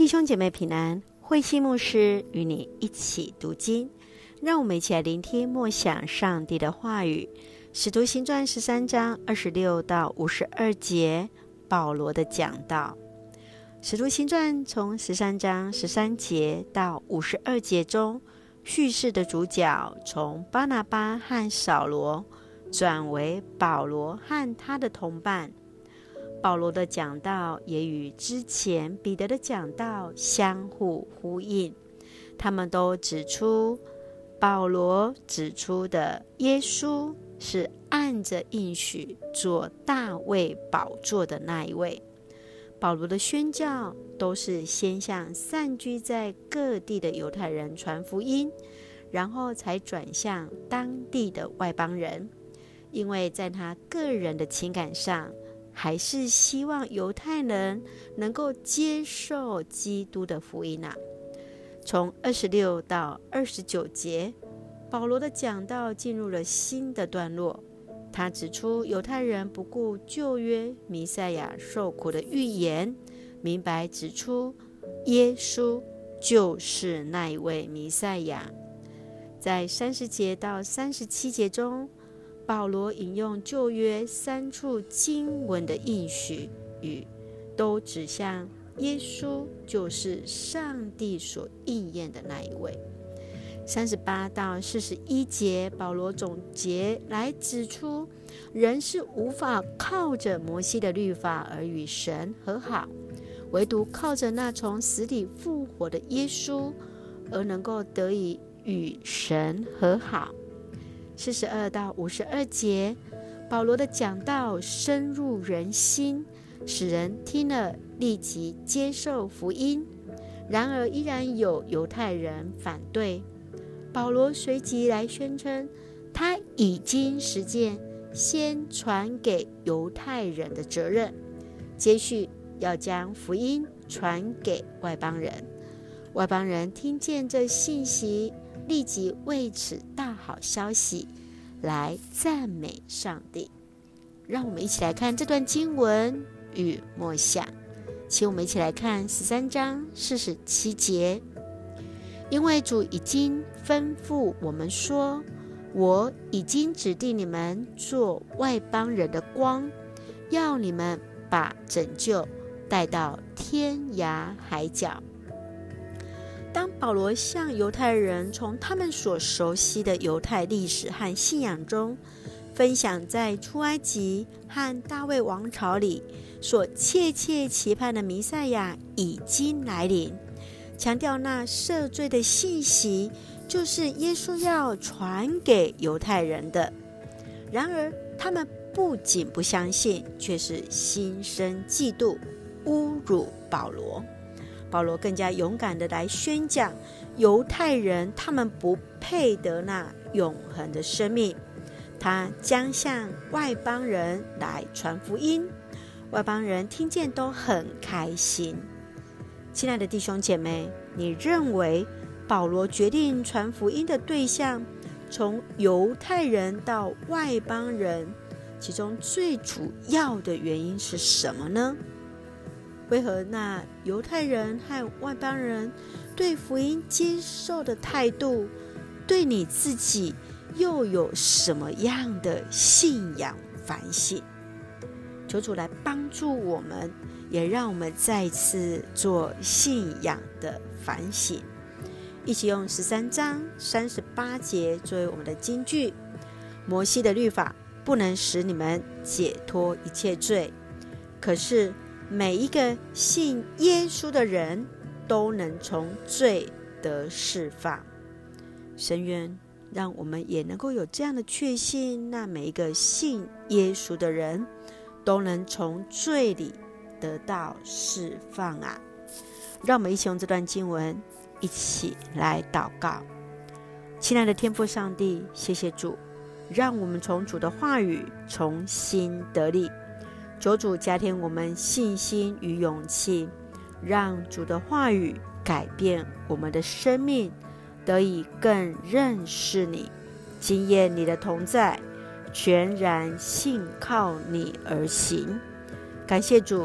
弟兄姐妹平安，慧馨牧师与你一起读经，让我们一起来聆听默想上帝的话语。使徒行传13章26到52节，保罗的讲道。使徒行传从13章13节到52节中，叙事的主角从巴拿巴和扫罗转为保罗和他的同伴。保罗的讲道也与之前彼得的讲道相互呼应，他们都指出保罗指出的耶稣是按着应许做大卫宝座的那一位。保罗的宣教都是先向散居在各地的犹太人传福音，然后才转向当地的外邦人，因为在他个人的情感上还是希望犹太人能够接受基督的福音啊。从26到29节，保罗的讲道进入了新的段落。他指出犹太人不顾旧约弥赛亚受苦的预言，明白指出耶稣就是那一位弥赛亚。在30节到37节中，保罗引用旧约3处经文的应许语，都指向耶稣就是上帝所应验的那一位。38到41节，保罗总结来指出，人是无法靠着摩西的律法而与神和好，唯独靠着那从死里复活的耶稣而能够得以与神和好。42到52节，保罗的讲道深入人心，使人听了立即接受福音。然而依然有犹太人反对，保罗随即来宣称他已经实践先传给犹太人的责任，接续要将福音传给外邦人。外邦人听见这信息，立即为此大好消息，来赞美上帝。让我们一起来看这段经文与默想。请我们一起来看13章47节。因为主已经吩咐我们说，我已经指定你们做外邦人的光，要你们把拯救带到天涯海角。当保罗向犹太人从他们所熟悉的犹太历史和信仰中分享在出埃及和大卫王朝里所切切期盼的弥赛亚已经来临，强调那赦罪的信息就是耶稣要传给犹太人的。然而他们不仅不相信，却是心生嫉妒，侮辱保罗。保罗更加勇敢地来宣讲犹太人他们不配得那永恒的生命，他将向外邦人来传福音，外邦人听见都很开心。亲爱的弟兄姐妹，你认为保罗决定传福音的对象从犹太人到外邦人，其中最主要的原因是什么呢？为何那犹太人和外邦人对福音接受的态度，对你自己又有什么样的信仰反省？求主来帮助我们，也让我们再次做信仰的反省。一起用13章38节作为我们的金句。摩西的律法不能使你们解脱一切罪，可是每一个信耶稣的人都能从罪得释放。深渊让我们也能够有这样的确信，那每一个信耶稣的人都能从罪里得到释放啊！让我们一起用这段经文一起来祷告。亲爱的天父上帝，谢谢主，让我们从主的话语重新得力。求主加添我们信心与勇气，让主的话语改变我们的生命，得以更认识你，经验你的同在，全然信靠你而行。感谢主，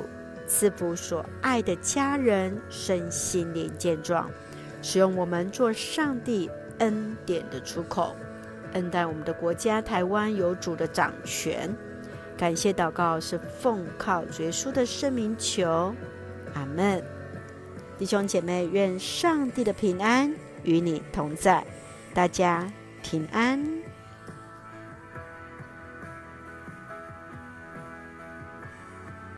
赐福所爱的家人身心灵健壮，使用我们做上帝恩典的出口，恩待我们的国家台湾有主的掌权。感谢祷告是奉靠主耶稣的圣名求，阿们。弟兄姐妹，愿上帝的平安与你同在，大家平安。